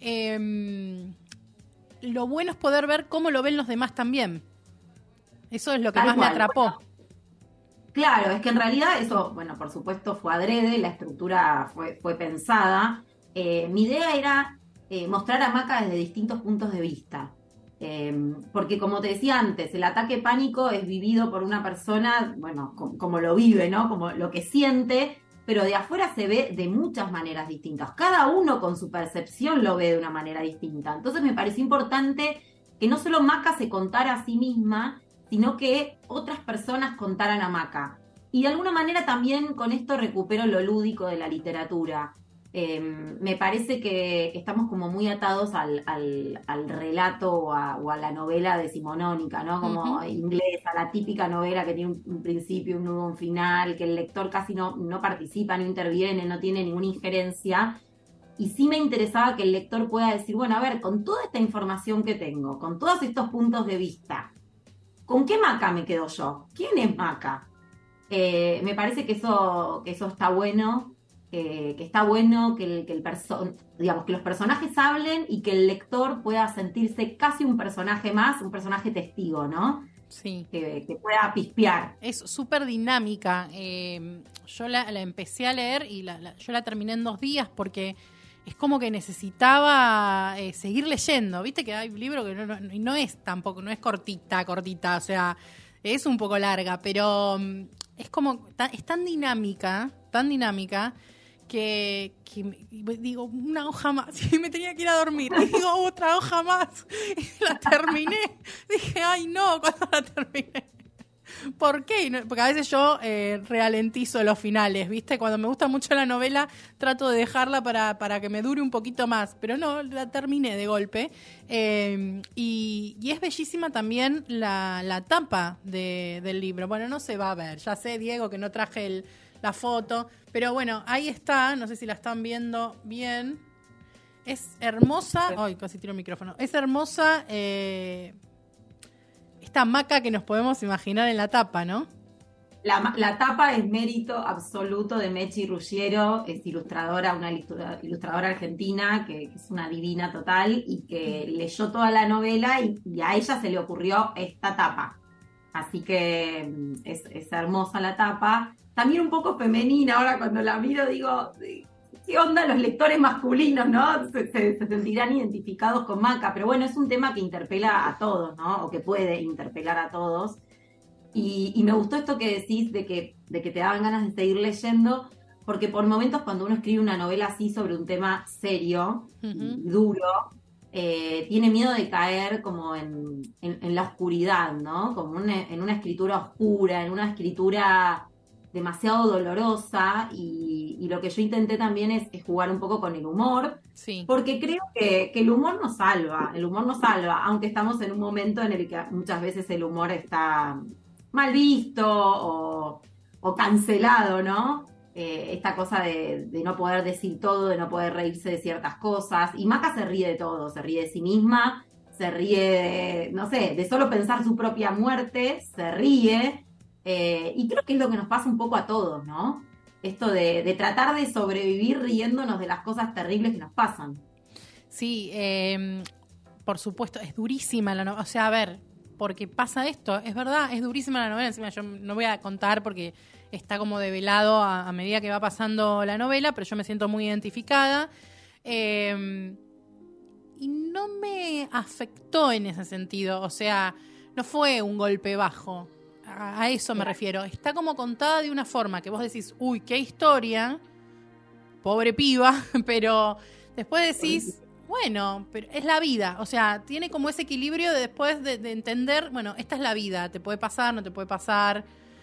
lo bueno es poder ver cómo lo ven los demás también. Eso es lo que más me atrapó. Claro, es que en realidad eso, bueno, por supuesto fue adrede, la estructura fue pensada. Mi idea era mostrar a Maca desde distintos puntos de vista. Porque como te decía antes, el ataque pánico es vivido por una persona, bueno, como lo vive, ¿no? Como lo que siente, pero de afuera se ve de muchas maneras distintas. Cada uno con su percepción lo ve de una manera distinta. Entonces me pareció importante que no solo Maca se contara a sí misma, sino que otras personas contaran a Maca. Y de alguna manera también con esto recupero lo lúdico de la literatura. Me parece que estamos como muy atados al relato o a la novela decimonónica, ¿no? Como inglesa, la típica novela que tiene un principio, un nudo, un final, que el lector casi no participa, no interviene, no tiene ninguna injerencia. Y sí me interesaba que el lector pueda decir, bueno, a ver, con toda esta información que tengo, con todos estos puntos de vista, ¿con qué Maca me quedo yo? ¿Quién es Maca? Me parece que eso está bueno. Que está bueno que que los personajes hablen y que el lector pueda sentirse casi un personaje más, un personaje testigo, ¿no? Sí. Que pueda pispear. Es súper dinámica. Yo la empecé a leer y yo la terminé en 2 días porque es como que necesitaba seguir leyendo. Viste que hay un libro que no es tampoco, no es cortita, o sea, es un poco larga, pero es como, es tan dinámica, que digo, una hoja más, y me tenía que ir a dormir, y digo, otra hoja más, y la terminé. Dije, ay no, cuando la terminé. ¿Por qué? Porque a veces yo ralentizo los finales, ¿viste? Cuando me gusta mucho la novela, trato de dejarla para que me dure un poquito más, pero no, la terminé de golpe. Y es bellísima también la tapa del libro. Bueno, no se va a ver, ya sé, Diego, que no traje la foto, pero bueno, ahí está, no sé si la están viendo bien. Es hermosa, ay, casi tiro el micrófono. Es hermosa esta Maca que nos podemos imaginar en la tapa, ¿no? La tapa es mérito absoluto de Mechi Ruggiero, es ilustradora, una ilustradora argentina que es una divina total y que leyó toda la novela y a ella se le ocurrió esta tapa. Así que es hermosa la tapa. También un poco femenina, ahora cuando la miro digo, ¿qué onda los lectores masculinos, no? Se sentirán identificados con Maca, pero bueno, es un tema que interpela a todos, ¿no? O que puede interpelar a todos. Y me gustó esto que decís de que te daban ganas de seguir leyendo, porque por momentos cuando uno escribe una novela así sobre un tema serio y duro, tiene miedo de caer como en la oscuridad, ¿no? Como en una escritura oscura, en una escritura demasiado dolorosa y lo que yo intenté también es jugar un poco con el humor, porque creo que el humor nos salva, aunque estamos en un momento en el que muchas veces el humor está mal visto o cancelado, ¿no? Esta cosa de no poder decir todo, de no poder reírse de ciertas cosas, y Maca se ríe de todo, se ríe de sí misma, se ríe, no sé, de solo pensar su propia muerte, se ríe, y creo que es lo que nos pasa un poco a todos, ¿no? Esto de tratar de sobrevivir riéndonos de las cosas terribles que nos pasan. Sí, por supuesto, es durísima la novela, o sea, a ver, porque pasa esto, es verdad, es durísima la novela, encima yo no voy a contar porque está como develado a medida que va pasando la novela, pero yo me siento muy identificada, y no me afectó en ese sentido, o sea, no fue un golpe bajo, a eso me refiero, está como contada de una forma que vos decís, uy, qué historia, pobre piba, pero después decís, bueno, pero es la vida, o sea, tiene como ese equilibrio de después de entender, bueno, esta es la vida, te puede pasar, no te puede pasar,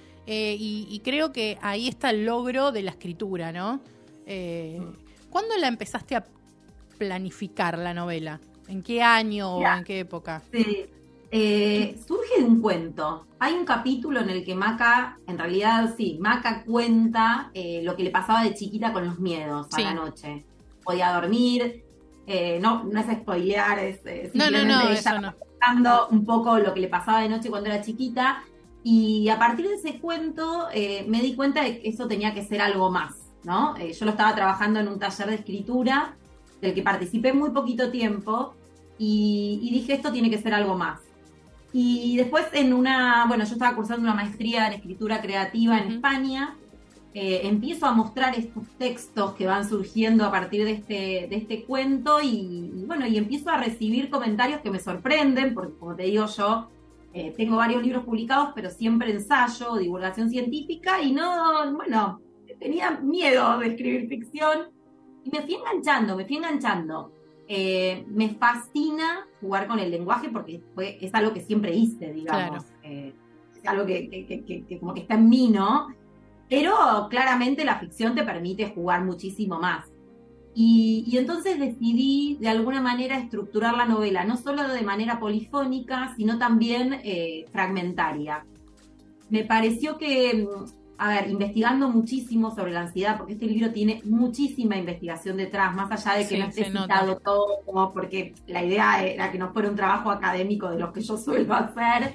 y creo que ahí está el logro de la escritura, ¿no? ¿Cuándo la empezaste a planificar la novela? ¿En qué año o en qué época? Sí. Surge de un cuento. Hay un capítulo en el que Maca, en realidad sí, Maca cuenta lo que le pasaba de chiquita con los miedos a la noche. Podía dormir, no es spoilear, es simplemente ella contando un poco lo que le pasaba de noche cuando era chiquita, y a partir de ese cuento me di cuenta de que eso tenía que ser algo más, ¿no? Yo lo estaba trabajando en un taller de escritura del que participé muy poquito tiempo y dije, esto tiene que ser algo más. Y después yo estaba cursando una maestría en escritura creativa en España, empiezo a mostrar estos textos que van surgiendo a partir de este cuento y empiezo a recibir comentarios que me sorprenden, porque como te digo yo, tengo varios libros publicados, pero siempre ensayo, divulgación científica, y tenía miedo de escribir ficción, y me fui enganchando. Me fascina jugar con el lenguaje porque es algo que siempre hice, digamos. Claro. Es algo que como que está en mí, ¿no? Pero claramente la ficción te permite jugar muchísimo más. Y entonces decidí de alguna manera estructurar la novela, no solo de manera polifónica, sino también fragmentaria. Me pareció que, investigando muchísimo sobre la ansiedad, porque este libro tiene muchísima investigación detrás, más allá de que no esté citado todo, porque la idea era que no fuera un trabajo académico de los que yo suelo hacer.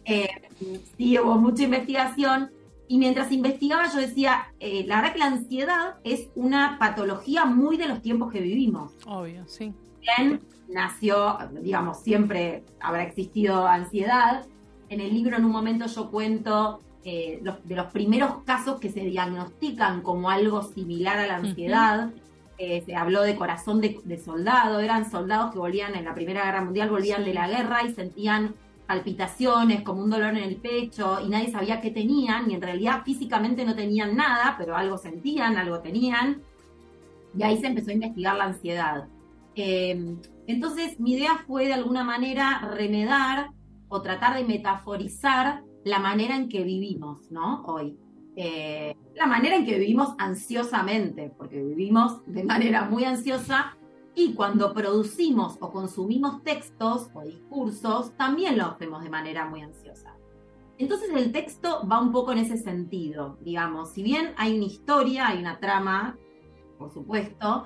Sí, hubo mucha investigación. Y mientras investigaba yo decía, la verdad que la ansiedad es una patología muy de los tiempos que vivimos. Obvio, sí. Bien, nació, digamos, siempre habrá existido ansiedad. En el libro en un momento yo cuento de los primeros casos que se diagnostican como algo similar a la ansiedad. Se habló de corazón de soldado, eran soldados que volvían en la Primera Guerra Mundial, volvían de la guerra y sentían palpitaciones, como un dolor en el pecho, y nadie sabía qué tenían, y en realidad físicamente no tenían nada, pero algo sentían, algo tenían, y ahí se empezó a investigar la ansiedad. Entonces mi idea fue de alguna manera remedar o tratar de metaforizar la manera en que vivimos, ¿no? Hoy. La manera en que vivimos ansiosamente, porque vivimos de manera muy ansiosa. Y cuando producimos o consumimos textos o discursos, también lo hacemos de manera muy ansiosa. Entonces el texto va un poco en ese sentido, digamos. Si bien hay una historia, hay una trama, por supuesto,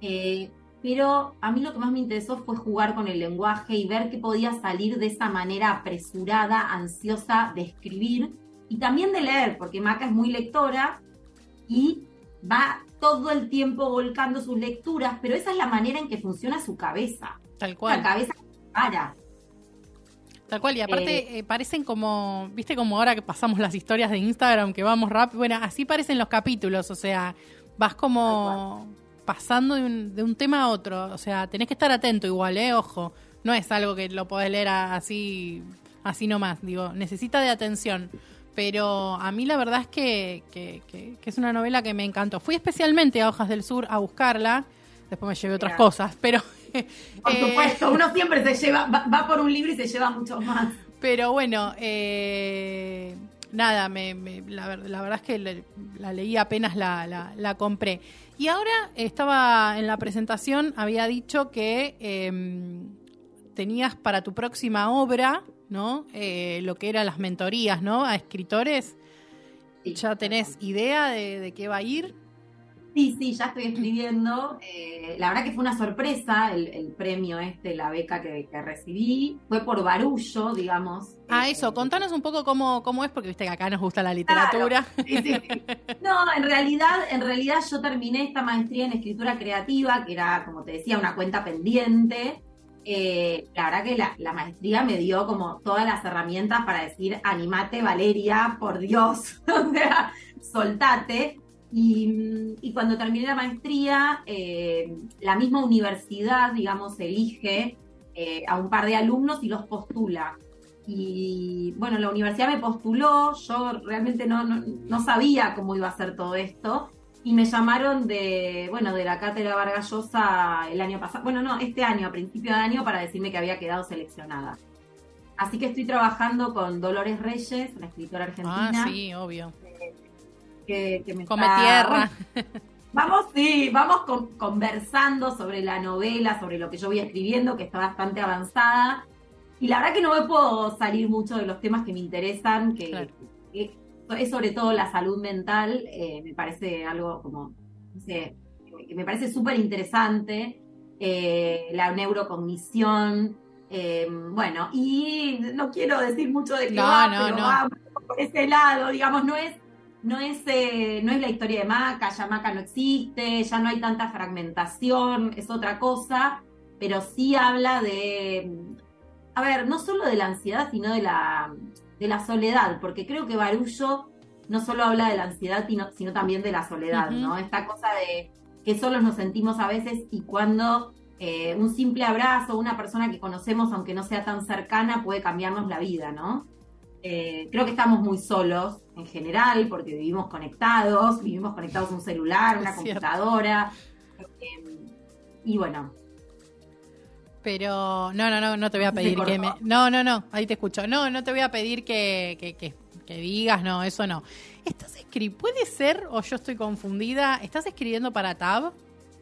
pero a mí lo que más me interesó fue jugar con el lenguaje y ver qué podía salir de esa manera apresurada, ansiosa de escribir y también de leer, porque Maca es muy lectora y va todo el tiempo volcando sus lecturas, pero esa es la manera en que funciona su cabeza. Tal cual. La cabeza para. Tal cual, y aparte parecen como, viste como ahora que pasamos las historias de Instagram, que vamos rápido, bueno, así parecen los capítulos, o sea, vas como pasando de un tema a otro, o sea, tenés que estar atento igual, ojo, no es algo que lo podés leer así nomás, digo, necesita de atención. Pero a mí la verdad es que es una novela que me encantó. Fui especialmente a Hojas del Sur a buscarla, después me llevé otras cosas, pero... Por supuesto, uno siempre se lleva, va por un libro y se lleva mucho más. Pero bueno, nada, la verdad es que la leí apenas la compré. Y ahora estaba en la presentación, había dicho que tenías para tu próxima obra, ¿no? Lo que eran las mentorías, ¿no? A escritores. Sí. ¿Ya tenés idea de qué va a ir? Sí, ya estoy escribiendo. La verdad que fue una sorpresa el premio la beca que recibí. Fue por Barullo, digamos. Eso, contanos un poco cómo es, porque viste que acá nos gusta la literatura. Claro, sí. No, en realidad yo terminé esta maestría en escritura creativa, que era, como te decía, una cuenta pendiente. La verdad que la maestría me dio como todas las herramientas para decir, animate, Valeria, por Dios, o sea, soltate. Y cuando terminé la maestría, la misma universidad, digamos, elige a un par de alumnos y los postula. Y bueno, la universidad me postuló, yo realmente no sabía cómo iba a ser todo esto, y me llamaron de la Cátedra Vargas Llosa el año pasado, este año, a principio de año, para decirme que había quedado seleccionada. Así que estoy trabajando con Dolores Reyes, una escritora argentina. Ah, sí, obvio. Que me come tierra. Vamos conversando sobre la novela, sobre lo que yo voy escribiendo, que está bastante avanzada. Y la verdad que no me puedo salir mucho de los temas que me interesan, que es sobre todo la salud mental. Me parece algo como, no sé, que me parece súper interesante. La neurocognición. Y no quiero decir mucho de qué pero vamos por ese lado, digamos, no es la historia de Maca, ya Maca no existe, ya no hay tanta fragmentación, es otra cosa, pero sí habla no solo de la ansiedad, sino de la soledad, porque creo que Barullo no solo habla de la ansiedad, sino también de la soledad, ¿no? Esta cosa de que solos nos sentimos a veces y cuando un simple abrazo, una persona que conocemos, aunque no sea tan cercana, puede cambiarnos la vida, ¿no? Creo que estamos muy solos en general porque vivimos conectados a un celular, una computadora, y bueno. Pero no te voy a pedir que me... No, ahí te escucho. No te voy a pedir que digas, no, eso no. ¿Puede ser, o yo estoy confundida, estás escribiendo para Tab?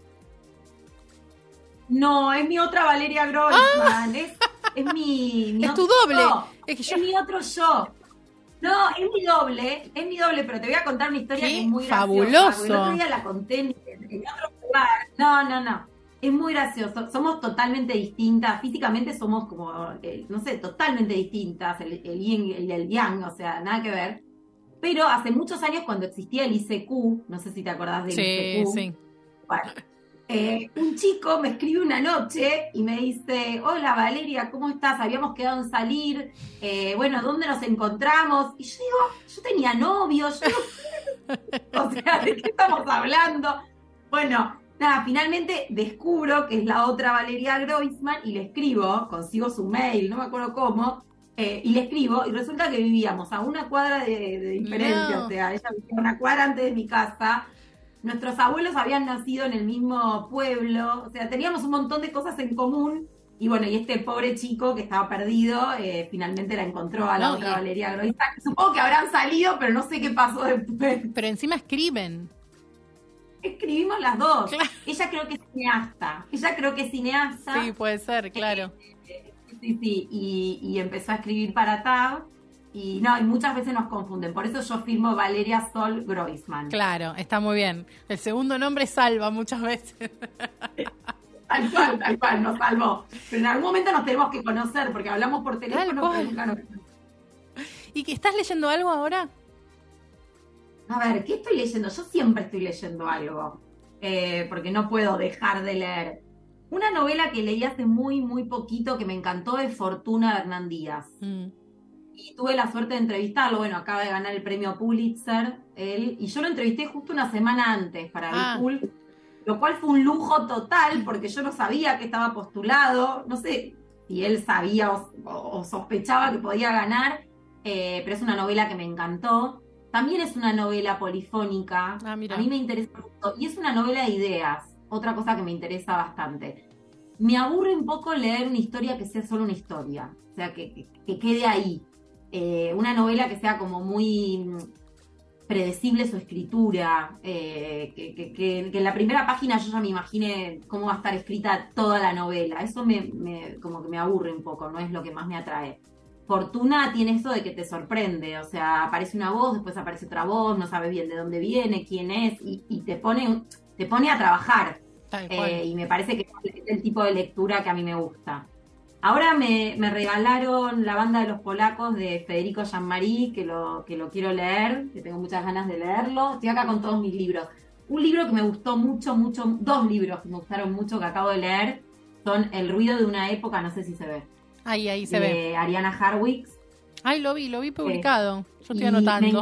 No, es mi otra Valeria Groisman, es mi es otro tu doble. Yo. Es mi otro yo. No, es mi doble, pero te voy a contar una historia que es muy fabuloso. graciosa. El otro día la conté en otro lugar. No. Es muy gracioso. Somos totalmente distintas. Físicamente somos como, totalmente distintas. El yin y el yang, o sea, nada que ver. Pero hace muchos años, cuando existía el ICQ, no sé si te acordás del ICQ. Sí. Bueno, un chico me escribe una noche y me dice, hola Valeria, ¿cómo estás? Habíamos quedado en salir, ¿dónde nos encontramos? Y yo digo, yo tenía novio, o sea, ¿de qué estamos hablando? Bueno, nada, finalmente descubro que es la otra Valeria Groisman y le escribo, consigo su mail, no me acuerdo cómo, y le escribo, y resulta que vivíamos a una cuadra de diferencia, o sea, ella vivía una cuadra antes de mi casa. Nuestros abuelos habían nacido en el mismo pueblo, o sea, teníamos un montón de cosas en común, y bueno, y este pobre chico que estaba perdido, finalmente la encontró a la otra Valeria Groisman. Supongo que habrán salido, pero no sé qué pasó después. Pero encima escriben. Escribimos las dos. Claro. Ella creo que es cineasta. Sí, puede ser, claro. Sí, y empezó a escribir para Tab. Y muchas veces nos confunden. Por eso yo firmo Valeria Sol Groisman. Claro, está muy bien. El segundo nombre salva muchas veces. Tal cual, nos salvó. Pero en algún momento nos tenemos que conocer, porque hablamos por teléfono, pero nunca nos... ¿Y que estás leyendo algo ahora? A ver, ¿qué estoy leyendo? Yo siempre estoy leyendo algo, porque no puedo dejar de leer. Una novela que leí hace muy, muy poquito que me encantó es Fortuna Hernán Díaz. Y tuve la suerte de entrevistarlo. Bueno, acaba de ganar el premio Pulitzer, él, y yo lo entrevisté justo una semana antes para el Pul, lo cual fue un lujo total, porque yo no sabía que estaba postulado, no sé si él sabía o sospechaba que podía ganar, pero es una novela que me encantó. También es una novela polifónica, a mí me interesa mucho, y es una novela de ideas, otra cosa que me interesa bastante. Me aburre un poco leer una historia que sea solo una historia, o sea, que quede ahí. una novela que sea como muy predecible su escritura, que en la primera página yo ya me imagine cómo va a estar escrita toda la novela. Eso como que me aburre un poco, no es lo que más me atrae. Fortuna tiene eso de que te sorprende, o sea, aparece una voz, después aparece otra voz, no sabes bien de dónde viene, quién es, y te pone a trabajar. Y me parece que es el tipo de lectura que a mí me gusta. Ahora me regalaron La banda de los polacos de Federico Gianmarí, que lo quiero leer, que tengo muchas ganas de leerlo. Estoy acá con todos mis libros. Un libro que me gustó mucho, dos libros que me gustaron mucho que acabo de leer son El ruido de una época, no sé si se ve. Ahí se ve. De Ariana Harwicz. Ay, lo vi publicado. Yo estoy anotando.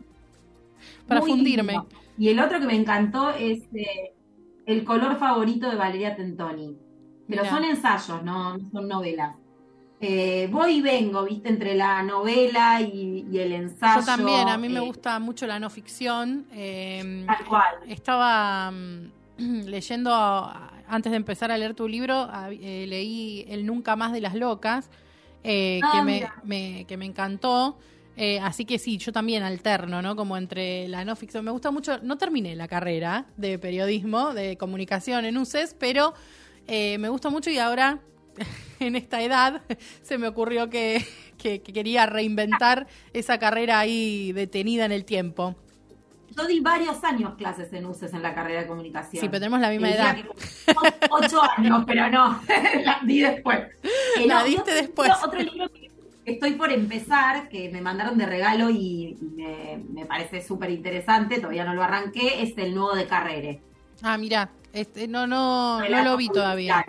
Para fundirme. Lindo. Y el otro que me encantó es El color favorito de Valeria Tentoni. Pero son ensayos, no son novelas. Voy y vengo, viste, entre la novela y el ensayo. Yo también, a mí me gusta mucho la no ficción. Tal cual. Estaba leyendo, antes de empezar a leer tu libro, leí El nunca más de las locas, que me encantó. Así que sí, yo también alterno, ¿no? Como entre la no ficción. Me gusta mucho, no terminé la carrera de periodismo, de comunicación en UCES, pero me gusta mucho y ahora, en esta edad, se me ocurrió que quería reinventar esa carrera ahí detenida en el tiempo. Yo di varios años clases en UCES en la carrera de comunicación. Sí, pero tenemos la misma edad. 8 años, pero no, la di después. La diste después. Otro libro que estoy por empezar, que me mandaron de regalo y me parece súper interesante, todavía no lo arranqué, es el nuevo de Carrere. Ah, mirá, no lo vi todavía.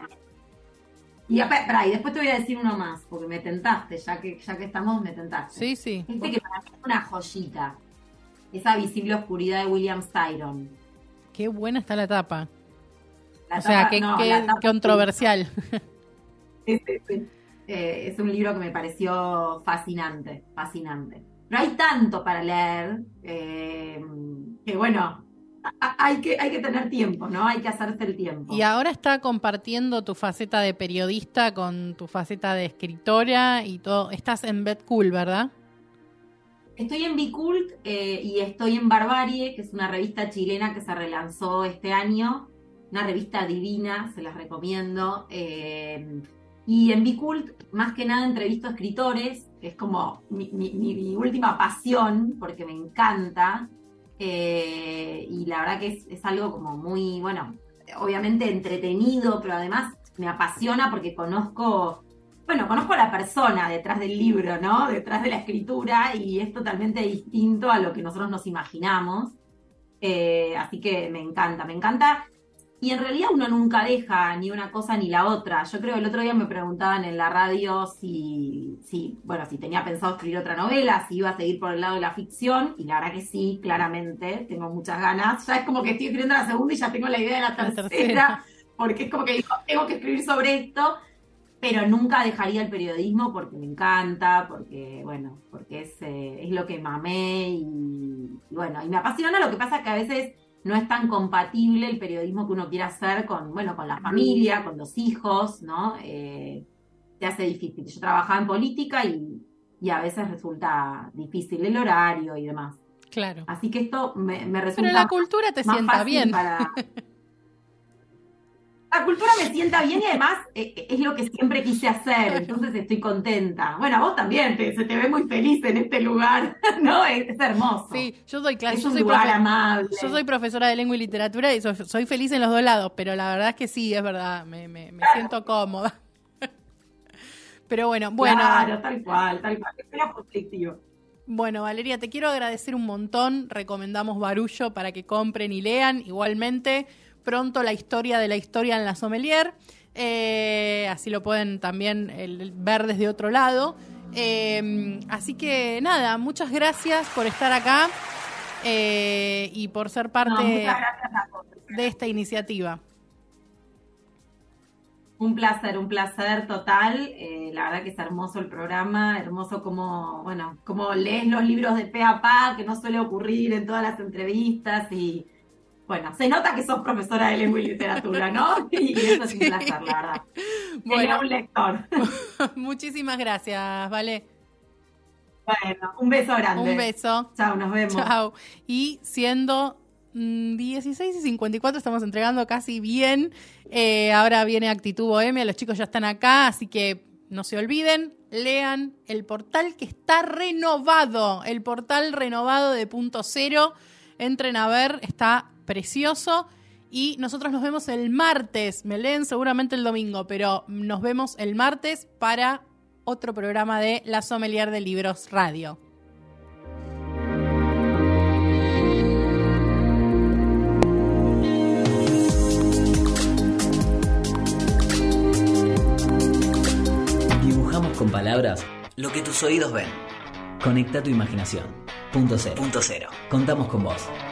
Y después te voy a decir uno más, porque me tentaste, ya que estamos, me tentaste. Sí. Que para mí es una joyita. Esa visible oscuridad de William Styron. Qué buena está la tapa. Qué controversial. Es un libro que me pareció fascinante. Pero hay tanto para leer que bueno, hay que tener tiempo, ¿no? Hay que hacerse el tiempo. Y ahora está compartiendo tu faceta de periodista con tu faceta de escritora y todo. Estás en Betcool, ¿verdad? Estoy en Bicult y estoy en Barbarie, que es una revista chilena que se relanzó este año. Una revista divina, se las recomiendo. Y en Bicult, más que nada, entrevisto a escritores, que es como mi última pasión, porque me encanta. Y la verdad que es algo como muy, bueno, obviamente entretenido, pero además me apasiona porque conozco a la persona detrás del libro, ¿no? Detrás de la escritura, y es totalmente distinto a lo que nosotros nos imaginamos. Así que me encanta. Y en realidad uno nunca deja ni una cosa ni la otra. Yo creo que el otro día me preguntaban en la radio si tenía pensado escribir otra novela, si iba a seguir por el lado de la ficción, y la verdad que sí, claramente, tengo muchas ganas. Ya es como que estoy escribiendo la segunda y ya tengo la idea de la tercera. Porque es como que digo, tengo que escribir sobre esto, pero nunca dejaría el periodismo porque me encanta, porque es lo que mamé y me apasiona. Lo que pasa es que a veces no es tan compatible el periodismo que uno quiere hacer con la familia, con los hijos, ¿no? Se hace difícil. Yo trabajaba en política y a veces resulta difícil el horario y demás. Claro. Así que esto me resulta. Pero la cultura te sienta bien. La cultura me sienta bien y además es lo que siempre quise hacer, entonces estoy contenta. Bueno, a vos también, se te ve muy feliz en este lugar, ¿no? Es hermoso. Sí, yo doy clases. Es un lugar amable. Yo soy profesora de lengua y literatura y soy feliz en los dos lados, pero la verdad es que sí, es verdad, me siento cómoda. Pero bueno. Claro, tal cual, es conflictivo. Bueno, Valeria, te quiero agradecer un montón, recomendamos Barullo para que compren y lean, igualmente. Pronto la historia de la historia en la Sommelier, así lo pueden también ver desde otro lado. Así que nada, muchas gracias por estar acá y por ser parte de esta iniciativa. Un placer total. La verdad que es hermoso el programa, hermoso como lees los libros de pe a pa, que no suele ocurrir en todas las entrevistas y bueno, se nota que sos profesora de lengua y literatura, ¿no? Y eso es un placer, la verdad. Bueno, un lector. Muchísimas gracias, Vale. Bueno, un beso grande. Un beso. Chao, nos vemos. Chao. Y siendo 16:54, estamos entregando casi bien. Ahora viene Actitud Bohemia, los chicos ya están acá, así que no se olviden, lean el portal que está renovado, el portal renovado de Punto Cero. Entren a ver, está precioso. Y nosotros nos vemos el martes, me leen seguramente el domingo, pero nos vemos el martes para otro programa de La Sommelier de Libros Radio. Dibujamos con palabras lo que tus oídos ven. Conecta tu imaginación. Punto Cero. Contamos con vos.